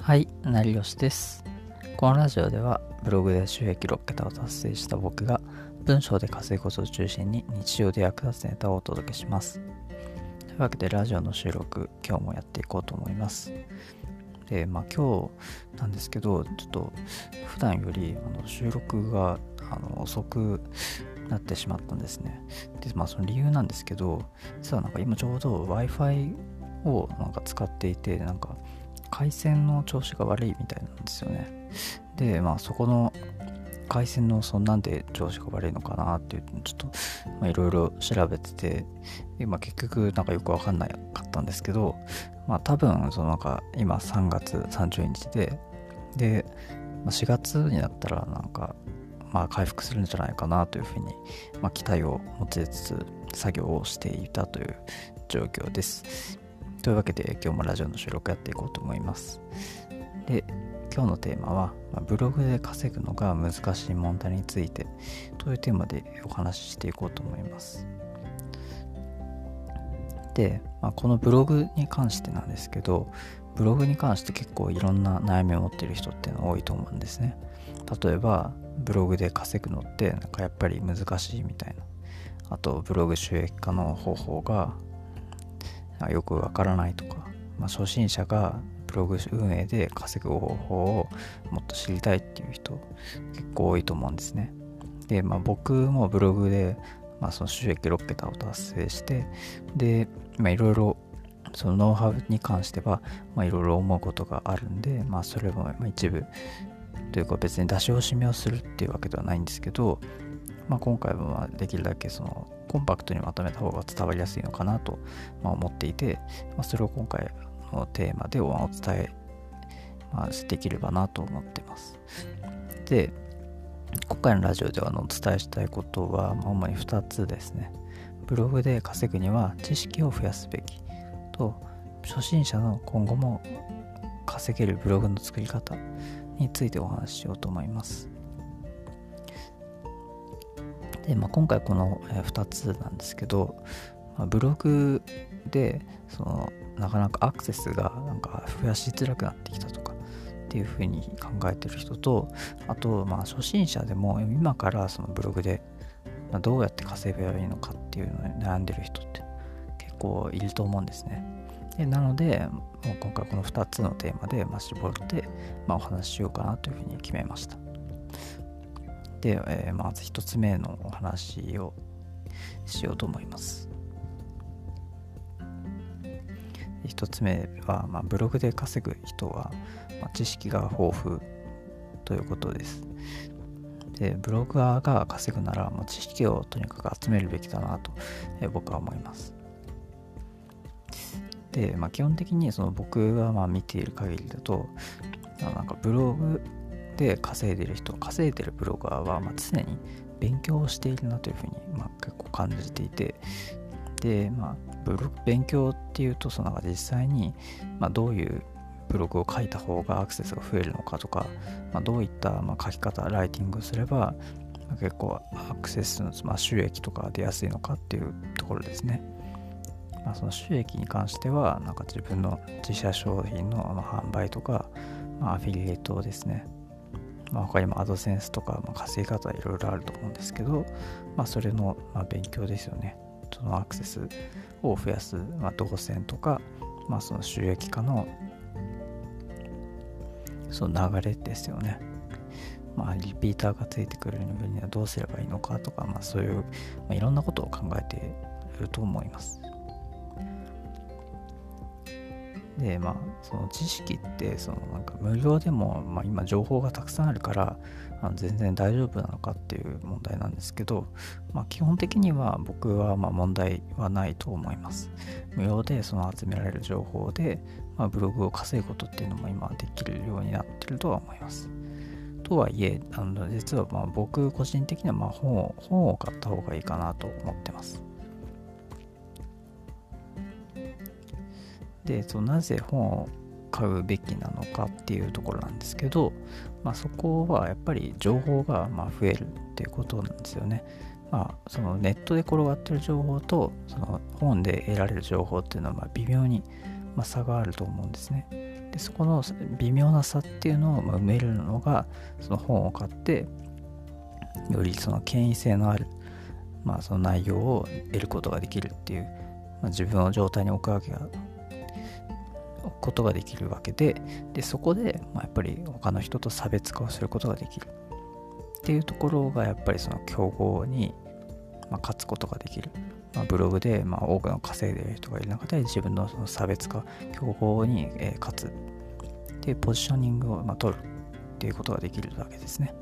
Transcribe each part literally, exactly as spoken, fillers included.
はい、成吉です。このラジオではブログで収益ろっけたを達成した僕が文章で稼ぐことを中心に日常で役立つネタをお届けします。というわけでラジオの収録今日もやっていこうと思います。で、まあ今日なんですけど、ちょっと普段よりあの収録があの遅くなってしまったんですね。で、まあその理由なんですけど、実はなんか今ちょうど Wi-Fi をなんか使っていて、なんか回線の調子が悪いみたいなんですよね。で、まあそこの回線のそのなんで調子が悪いのかなっていうちょっとまあいろいろ調べてて、今結局なんかよくわかんなかったんですけど、まあ多分そのなんか今さんがつさんじゅうにちで、で、まあ、しがつになったらなんかまあ回復するんじゃないかなというふうに、まあ、期待を持ちつつ作業をしていたという状況です。というわけで今日もラジオの収録やっていこうと思います。で、今日のテーマは、まあ、ブログで稼ぐのが難しい問題についてというテーマでお話ししていこうと思います。で、まあ、このブログに関してなんですけど、ブログに関して結構いろんな悩みを持っている人っていうのが多いと思うんですね。例えばブログで稼ぐのってなんかやっぱり難しいみたいな、あとブログ収益化の方法がよくわからないとか、まあ、初心者がブログ運営で稼ぐ方法をもっと知りたいっていう人結構多いと思うんですね。で、まあ、僕もブログで、まあ、その収益ろっけたを達成して、で、まあ、いろいろそのノウハウに関しては、まあ、いろいろ思うことがあるんで、まあ、それもまあ一部というか別に出し惜しみをするっていうわけではないんですけど、まあ、今回はまあできるだけそのコンパクトにまとめた方が伝わりやすいのかなとまあ思っていて、まあ、それを今回のテーマでお伝え、まあ、できればなと思ってます。で、今回のラジオではあのお伝えしたいことは、まあ、主にふたつですね。ブログで稼ぐには知識を増やすべきと、初心者の今後も稼げるブログの作り方についてお話ししようと思います。で、まあ、今回このふたつなんですけど、まあ、ブログでそのなかなかアクセスがなんか増やしづらくなってきたとかっていうふうに考えてる人と、あとまあ初心者でも今からそのブログでどうやって稼げばいいのかっていうのに悩んでる人って結構いると思うんですね。でなのでもう今回このふたつのテーマでまあ絞って、まあ、お話ししようかなというふうに決めました。で、えー、まずひとつめのお話をしようと思います。ひとつめは、まあ、ブログで稼ぐ人は、まあ、知識が豊富ということです。で、ブロガーが稼ぐなら、まあ、知識をとにかく集めるべきだなと、えー、僕は思います。で、まあ、基本的にその僕がまあ見ている限りだと、なんかブログで稼いでる人、稼いでるブロガーはまあ常に勉強をしているなというふうにまあ結構感じていて、で、まあ、ブログ勉強っていうと、その実際にまあどういうブログを書いた方がアクセスが増えるのかとか、まあ、どういったまあ書き方、ライティングをすれば結構アクセスの、まあ、収益とか出やすいのかっていうところですね。まあ、その収益に関してはなんか自分の自社商品のまあ販売とか、まあ、アフィリエイトですね。まあ、他にもアドセンスとか、まあ、稼ぎ方はいろいろあると思うんですけど、まあ、それの、まあ、勉強ですよね。そのアクセスを増やす、まあ、動線とか、まあ、その収益化のその流れですよね。まあ、リピーターがついてくるにはどうすればいいのかとか、まあ、そういう、まあ、いろんなことを考えていると思います。で、まあ、その知識ってそのなんか無料でも、まあ、今情報がたくさんあるからあの全然大丈夫なのかっていう問題なんですけど、まあ、基本的には僕はまあ問題はないと思います。無料でその集められる情報で、まあ、ブログを稼ぐことっていうのも今できるようになってるとは思います。とはいえ、あの実はまあ僕個人的にはまあ本を本を買った方がいいかなと思ってます。で、そのなぜ本を買うべきなのかっていうところなんですけど、まあ、そこはやっぱり情報がまあ増えるっていうことなんですよね。まあ、そのネットで転がってる情報とその本で得られる情報っていうのはまあ微妙にまあ、差があると思うんですね。でそこの微妙な差っていうのを埋めるのがその本を買ってよりその権威性のある、まあ、その内容を得ることができるっていう、まあ、自分の状態に置くわけが置くことができるわけで、でそこで、まあ、やっぱり他の人と差別化をすることができるっていうところがやっぱりその競合に、まあ、勝つことができる、まあ、ブログで、まあ、多くの稼いでいる人がいる中で自分のその差別化競合に、えー、勝つっていうポジショニングを、まあ、取るっていうことができるわけですね。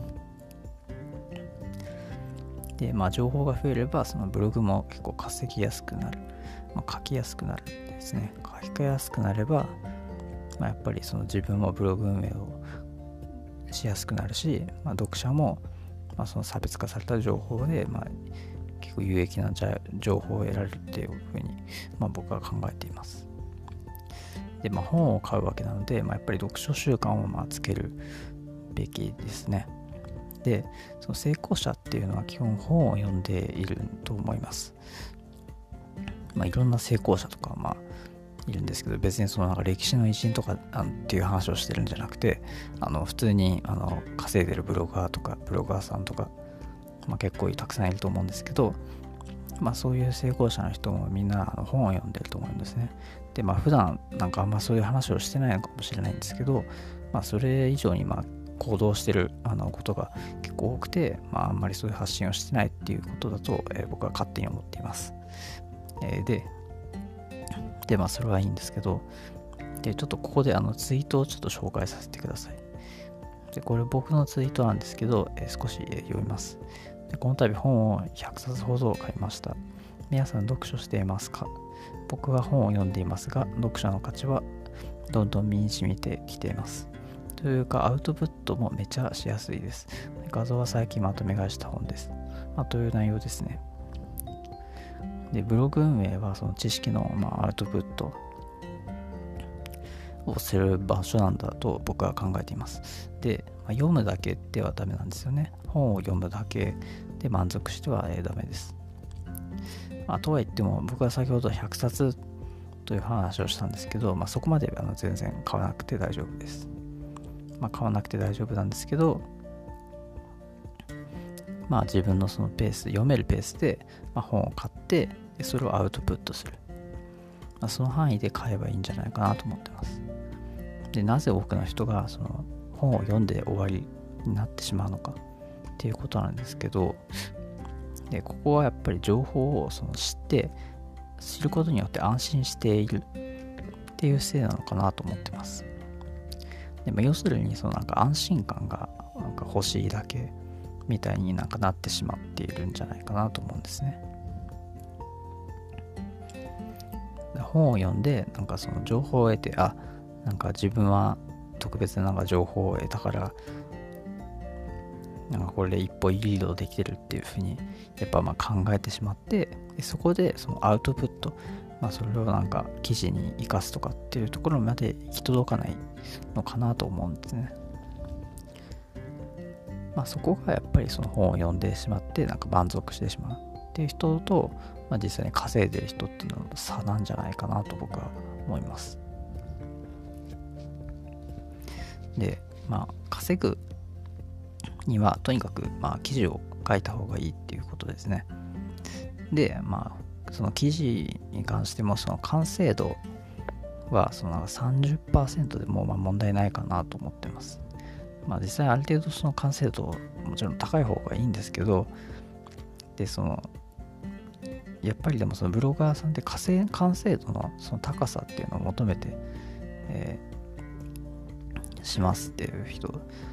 で、まあ、情報が増えればそのブログも結構稼ぎやすくなる、まあ、書きやすくなるですね。書きやすくなれば、まあ、やっぱりその自分もブログ運営をしやすくなるし、まあ、読者も、まあ、その差別化された情報で、まあ、結構有益な情報を得られるっていうふうに、まあ、僕は考えています。で、まあ、本を買うわけなので、まあ、やっぱり読書習慣をまあつけるべきですね。で、その成功者っていうのは基本本を読んでいると思います。まあ、いろんな成功者とかまあいるんですけど、別にそのなんか歴史の偉人とかあっていう話をしてるんじゃなくて、あの普通にあの稼いでるブロガーとかブロガーさんとか、まあ、結構たくさんいると思うんですけど、まあそういう成功者の人もみんなあの本を読んでると思うんですね。で、まあ普段なんかあんまそういう話をしてないのかもしれないんですけど、まあそれ以上にまあ行動してるあのことが結構多くて、まああんまりそういう発信をしてないっていうことだと、えー、僕は勝手に思っています。えー、で、でまあそれはいいんですけど、でちょっとここであのツイートをちょっと紹介させてください。でこれ僕のツイートなんですけど、えー、少し、えー、読みます。でこの度本をひゃくさつほど買いました。皆さん読書していますか？僕は本を読んでいますが、読書の価値はどんどん身に染みてきています。というかアウトプットもめちゃしやすいです。画像は最近まとめ買いした本です。まあ、という内容ですね。でブログ運営はその知識の、まあ、アウトプットをする場所なんだと僕は考えています。で、まあ、読むだけではダメなんですよね。本を読むだけで満足しては、えー、ダメです。まあ、とは言っても僕は先ほどひゃくさつという話をしたんですけど、まあ、そこまであの全然買わなくて大丈夫です。まあ、買わなくて大丈夫なんですけど、まあ自分のそのペース、読めるペースで、まあ、本を買ってでそれをアウトプットする、まあ、その範囲で買えばいいんじゃないかなと思ってます。でなぜ多くの人がその本を読んで終わりになってしまうのかっていうことなんですけど、でここはやっぱり情報をその知って知ることによって安心しているっていうせいなのかなと思ってます。で、まあ、要するにそのなんか安心感がなんか欲しいだけみたいになんかなってしまっているんじゃないかなと思うんですね。本を読んでなんかその情報を得て、あ、なんか自分は特別ななんか情報を得たからなんかこれで一歩リードできてるっていうふうにやっぱまあ考えてしまって、でそこでそのアウトプット、まあ、それをなんか記事に生かすとかっていうところまで行き届かないのかなと思うんですね。まあそこがやっぱりその本を読んでしまってなんか満足してしまうっていう人と、まあ、実際に稼いでる人っていうのの差なんじゃないかなと僕は思います。で、まあ稼ぐにはとにかくまあ記事を書いた方がいいっていうことですね。で、まあその記事に関してもその完成度はその さんじゅっパーセント でもまあ問題ないかなと思ってます。まあ実際ある程度その完成度もちろん高い方がいいんですけど、でそのやっぱりでもそのブロガーさんって完成度のその高さっていうのを求めて、えー、しますっていう人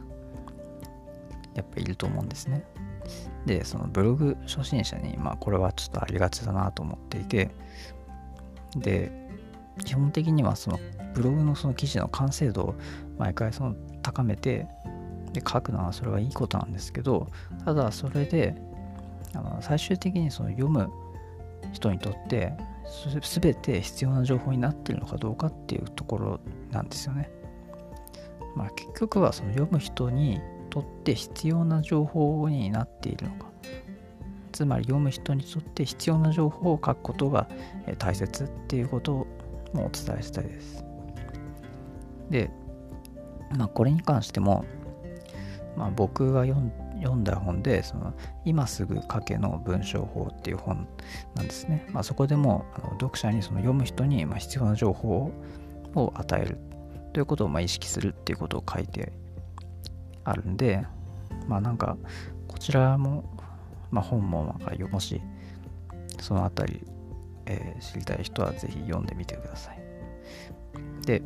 やっぱいると思うんですね。でそのブログ初心者にまあこれはちょっとありがちだなと思っていて、で基本的にはそのブログのその記事の完成度を毎回その高めてで書くのはそれはいいことなんですけど、ただそれであの最終的にその読む人にとって全て必要な情報になっているのかどうかっていうところなんですよね。まあ結局はその読む人にとって必要な情報になっているのか、つまり読む人にとって必要な情報を書くことが大切っていうこともお伝えしたいです。で、まあ、これに関しても、まあ、僕が読ん読んだ本でその今すぐ書けの文章法っていう本なんですね。まあ、そこでもあの読者にその読む人にまあ必要な情報を与えるということをまあ意識するっていうことを書いてあるんで、まあなんかこちらも、まあ、本もなんかもしそのあたり、えー、知りたい人はぜひ読んでみてください。で、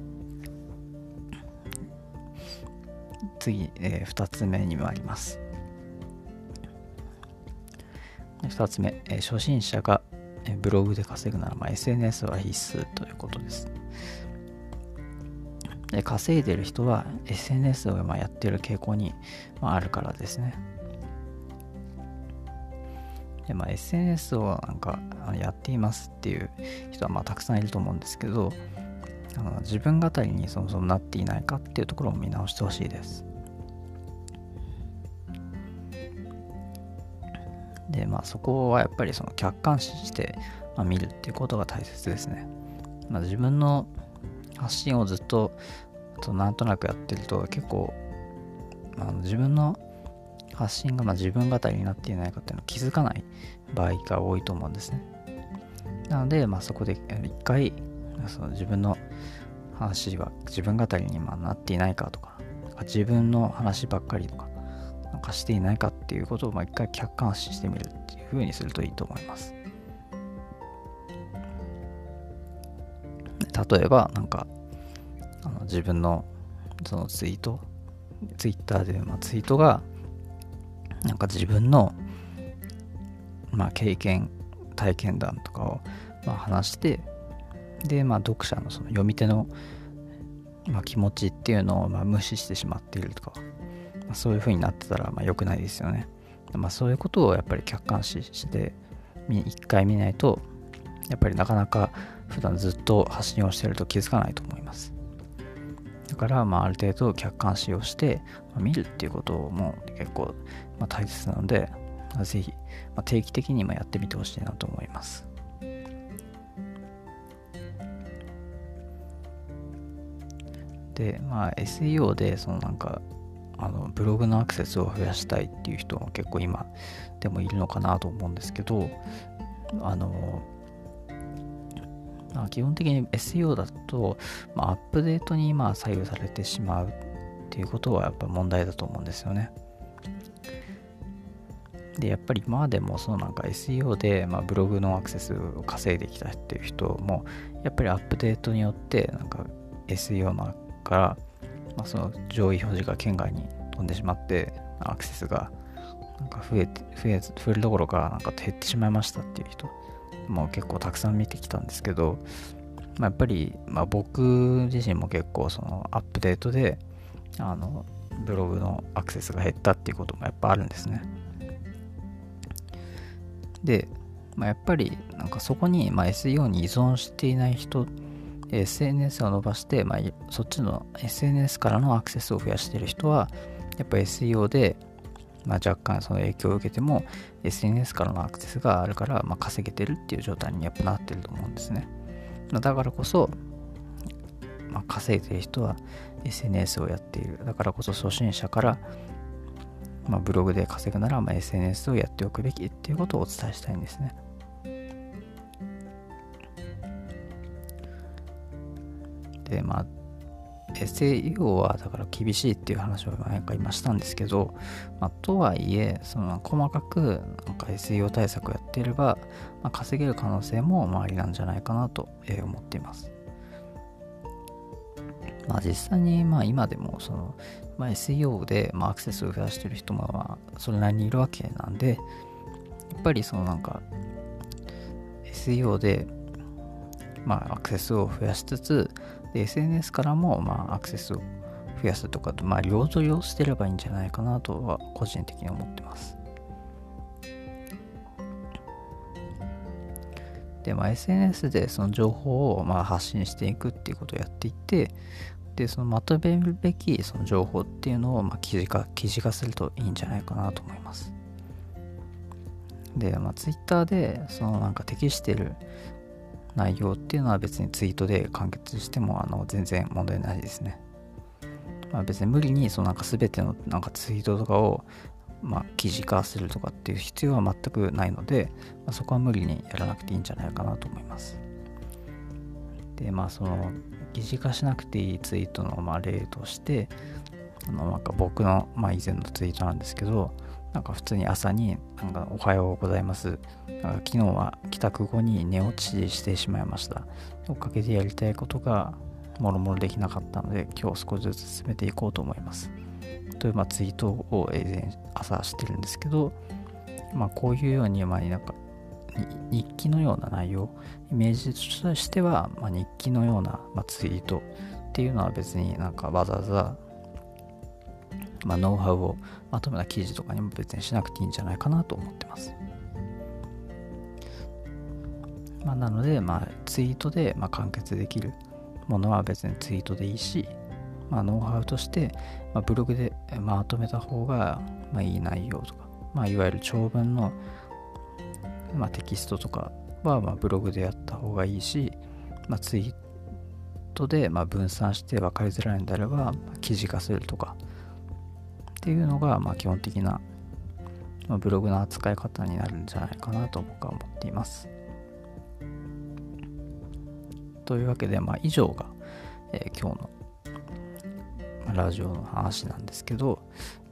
次、えー、ふたつめに参ります。ふたつめ、えー、初心者がブログで稼ぐなら、まあ、エスエヌエス は必須ということです。で、稼いでる人は エスエヌエス をまあやってる傾向に、まあ、あるからですね。で、まあ、エスエヌエス をなんかやっていますっていう人はまあたくさんいると思うんですけど、あの自分語りにそもそもなっていないかっていうところを見直してほしいです。で、まあそこはやっぱりその客観視して、まあ、見るっていうことが大切ですね。まあ、自分の発信をずっとなんとなくやってると結構、まあ、自分の発信がまあ自分語りになっていないかっていうのを気づかない場合が多いと思うんですね。なので、まあ、そこで一回その自分の話は自分語りにまあなっていないかとか、自分の話ばっかりとかなんかしていないかっていうことをまあ一回客観視してみるっていう風にするといいと思います。例えばなんかあの自分のそのツイートツイッターでまあツイートがなんか自分のまあ経験体験談とかをまあ話して、でまあ読者のその読み手のまあ気持ちっていうのをまあ無視してしまっているとか、まあ、そういう風になってたらまあ良くないですよね。まあそういうことをやっぱり客観視して一回見ないとやっぱりなかなか普段ずっと発信をしていると気づかないと思います。だからまあある程度客観視をして見るっていうことも結構まあ大切なので、ぜひまあ定期的にやってみてほしいなと思います。で、まあ エスイーオー でそのなんかあのブログのアクセスを増やしたいっていう人も結構今でもいるのかなと思うんですけど、あのまあ、基本的に エスイーオー だと、まあ、アップデートにまあ左右されてしまうっていうことはやっぱ問題だと思うんですよね。で、やっぱり今までもそのなんか エスイーオー でまあブログのアクセスを稼いできたっていう人もやっぱりアップデートによってなんか エスイーオー のから、まあ、その上位表示が圏外に飛んでしまってアクセスがなんか増えて増え増えるどころかなんか減ってしまいましたっていう人も結構たくさん見てきたんですけど、まあ、やっぱり、まあ、僕自身も結構そのアップデートであのブログのアクセスが減ったっていうこともやっぱあるんですね。で、まあ、やっぱりなんかそこに、まあ、エスイーオー に依存していない人、エスエヌエス を伸ばして、まあ、そっちの エスエヌエス からのアクセスを増やしている人はやっぱ エスイーオー でまあ、若干その影響を受けても エスエヌエス からのアクセスがあるから、まあ、稼げてるっていう状態にやっぱなってると思うんですね。だからこそ、まあ、稼いでる人は エスエヌエス をやっている。だからこそ初心者から、まあ、ブログで稼ぐなら、まあ、エスエヌエス をやっておくべきっていうことをお伝えしたいんですね。で、まあエスイーオー はだから厳しいっていう話を前回今したんですけど、まあ、とはいえその細かくなんか エスイーオー 対策をやっていれば、まあ、稼げる可能性もまあありなんじゃないかなと思っています。まあ、実際にまあ今でもその、まあ、エスイーオー でまあアクセスを増やしている人もまあそれなりにいるわけなんで、やっぱりそのなんか エスイーオー でまあアクセスを増やしつつで エスエヌエス からもまあアクセスを増やすとかと、まあ両取りをしてればいいんじゃないかなとは個人的に思ってます。で、まあ エスエヌエス でその情報をまあ発信していくっていうことをやっていって、で、そのまとめるべきその情報っていうのをまあ記事化、記事化するといいんじゃないかなと思います。で、まあ Twitter でそのなんか適してる内容っていうのは別にツイートで完結してもあの全然問題ないですね。まあ、別に無理にそのなんか全てのなんかツイートとかをまあ記事化するとかっていう必要は全くないので、まあ、そこは無理にやらなくていいんじゃないかなと思います。でまあその記事化しなくていいツイートのまあ例としてあのなんか僕のまあ以前のツイートなんですけど、なんか普通に朝になんかおはようございます、なんか昨日は帰宅後に寝落ちしてしまいました、おかげでやりたいことがもろもろできなかったので今日少しずつ進めていこうと思いますというまあツイートを以前朝してるんですけど、まあこういうようにまあなんか日記のような内容、イメージとしてはまあ日記のようなまあツイートっていうのは別になんかわざわざまあ、ノウハウをまとめた記事とかにも別にしなくていいんじゃないかなと思ってます。まあ、なので、まあ、ツイートでまあ完結できるものは別にツイートでいいし、まあ、ノウハウとして、まあ、ブログでまとめた方がまあいい内容とか、まあ、いわゆる長文のまあテキストとかはまあブログでやった方がいいし、まあ、ツイートでまあ分散して分かりづらいのであれば記事化するとかっていうのがまあ基本的なブログの扱い方になるんじゃないかなと僕は思っています。というわけで、まあ、以上が、えー、今日のラジオの話なんですけど、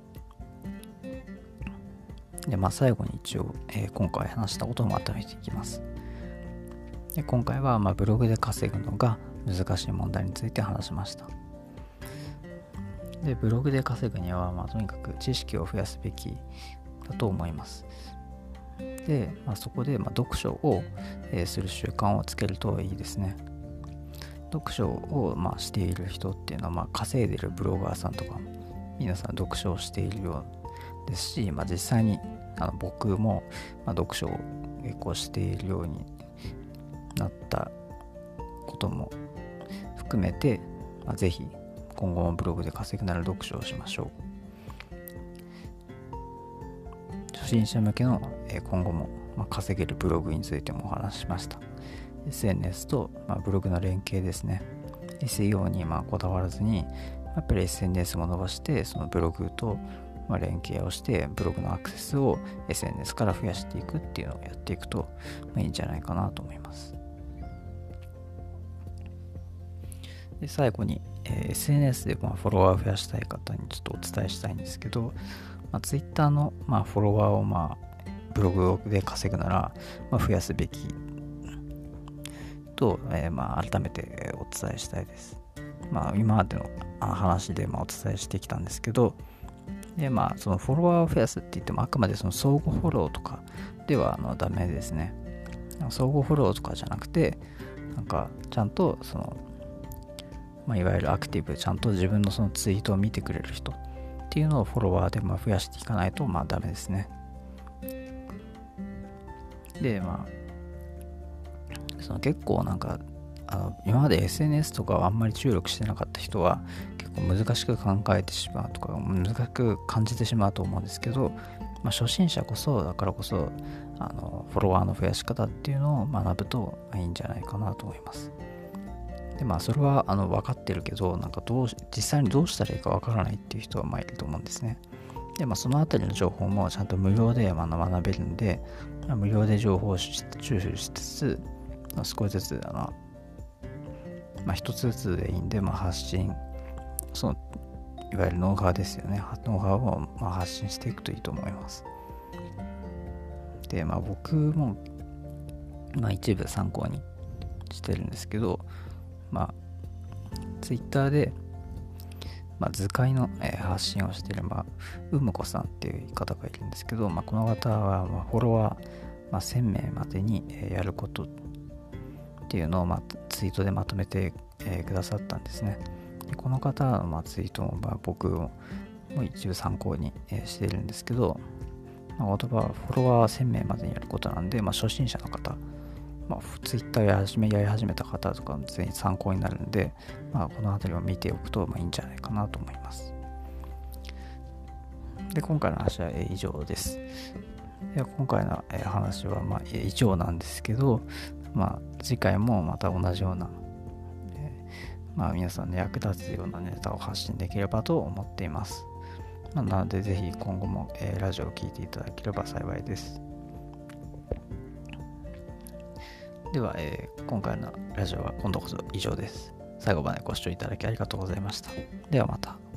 で、まあ、最後に一応、えー、今回話したことをまとめていきます。で今回は、まあ、ブログで稼ぐのが難しい問題について話しました。でブログで稼ぐには、まあ、とにかく知識を増やすべきだと思います。で、まあ、そこで、まあ、読書を、えー、する習慣をつけるといいですね。読書を、まあ、している人っていうのは、まあ、稼いでいるブロガーさんとか皆さん読書をしているようですし、まあ、実際にあの僕も、まあ、読書を結構しているようになったことも含めて、まあ、ぜひ今後もブログで稼ぐなら読書をしましょう。初心者向けの今後も稼げるブログについてもお話ししました。エスエヌエス とブログの連携ですね。エスイーオー にこだわらずにやっぱり エスエヌエス も伸ばしてそのブログと連携をしてブログのアクセスを エスエヌエス から増やしていくっていうのをやっていくといいんじゃないかなと思います。で最後に、えー、エスエヌエス でまあフォロワーを増やしたい方にちょっとお伝えしたいんですけど、まあ、Twitter のまあフォロワーをまあブログで稼ぐならまあ増やすべきと、えー、まあ改めてお伝えしたいです。まあ今までの話でまあお伝えしてきたんですけど、でまあそのフォロワーを増やすって言ってもあくまでその相互フォローとかではあのダメですね。相互フォローとかじゃなくてなんかちゃんとそのまあ、いわゆるアクティブ、ちゃんと自分のそのツイートを見てくれる人っていうのをフォロワーでまあ増やしていかないとまあダメですね。でまあその結構なんかあの今まで エスエヌエス とかはあんまり注力してなかった人は結構難しく考えてしまうとか難しく感じてしまうと思うんですけど、まあ、初心者こそだからこそあのフォロワーの増やし方っていうのを学ぶといいんじゃないかなと思います。でまあそれはあの分かってるけどなんかどう実際にどうしたらいいか分からないっていう人はまあいると思うんですね。でまあそのあたりの情報もちゃんと無料で学べるんで、まあ、無料で情報を注視しつつ、まあ、少しずつあの、まあ、一つずつでいいんで、まあ、発信そのいわゆるノウハウですよね。ノウハウをまあ発信していくといいと思います。でまあ僕もまあ一部参考にしてるんですけど、まあ、ツイッターで、まあ、図解の、えー、発信をしている、まあ、うむこさんっていう方がいるんですけど、まあ、この方は、まあ、フォロワー、まあ、せんめいまでに、えー、やることっていうのを、まあ、ツイートでまとめて、えー、くださったんですね。でこの方の、まあ、ツイートも、まあ、僕も一部参考に、えー、しているんですけど、まあ、言葉はフォロワーせんめいまでにやることなんで、まあ、初心者の方まあ、ツイッターや始めやり始めた方とかも全員参考になるんで、まあ、この辺りを見ておくとまあいいんじゃないかなと思います。で今回の話は以上です。で今回の話はまあ以上なんですけど、 まあ次回もまた同じような、えー、まあ皆さんの役立つようなネタを発信できればと思っています。まあ、なのでぜひ今後も、えー、ラジオを聞いていただければ幸いです。では、えー、今回のラジオは今度こそ以上です。最後までご視聴いただきありがとうございました。ではまた。